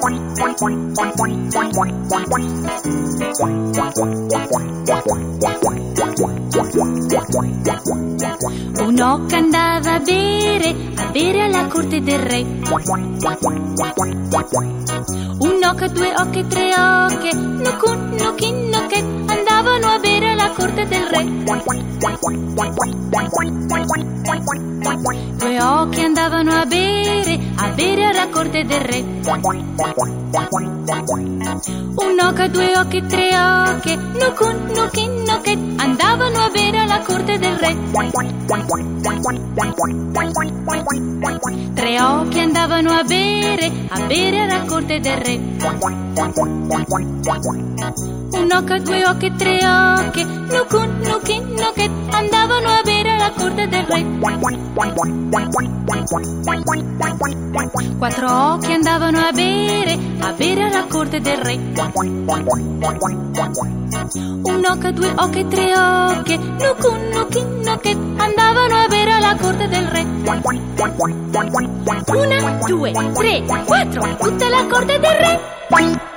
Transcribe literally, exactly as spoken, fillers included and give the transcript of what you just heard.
Un'oca andava a bere, a bere alla corte del re. Un'oca, due oche, tre oche, nucun, nuchin, nuchet, andavano a bere alla corte del re. Due oche andavano a bere, a bere alla corte del re. Un'oca, due oche, tre oche, nucun, nuchin, nuchet, andavano a bere alla corte del re. Tre oche andavano a bere, a bere alla corte del re. Un'oca, due oche, tre oche, nucun, nuchin, nuchet, andavano a bere alla corte del re. Quattro oche andavano a bere, a bere alla corte del re. Un'oca, due oche, tre oche, nucun, nuchin, nuchet, andavano a bere alla corte del re. Una, due, tre, quattro, tutta la corte del re.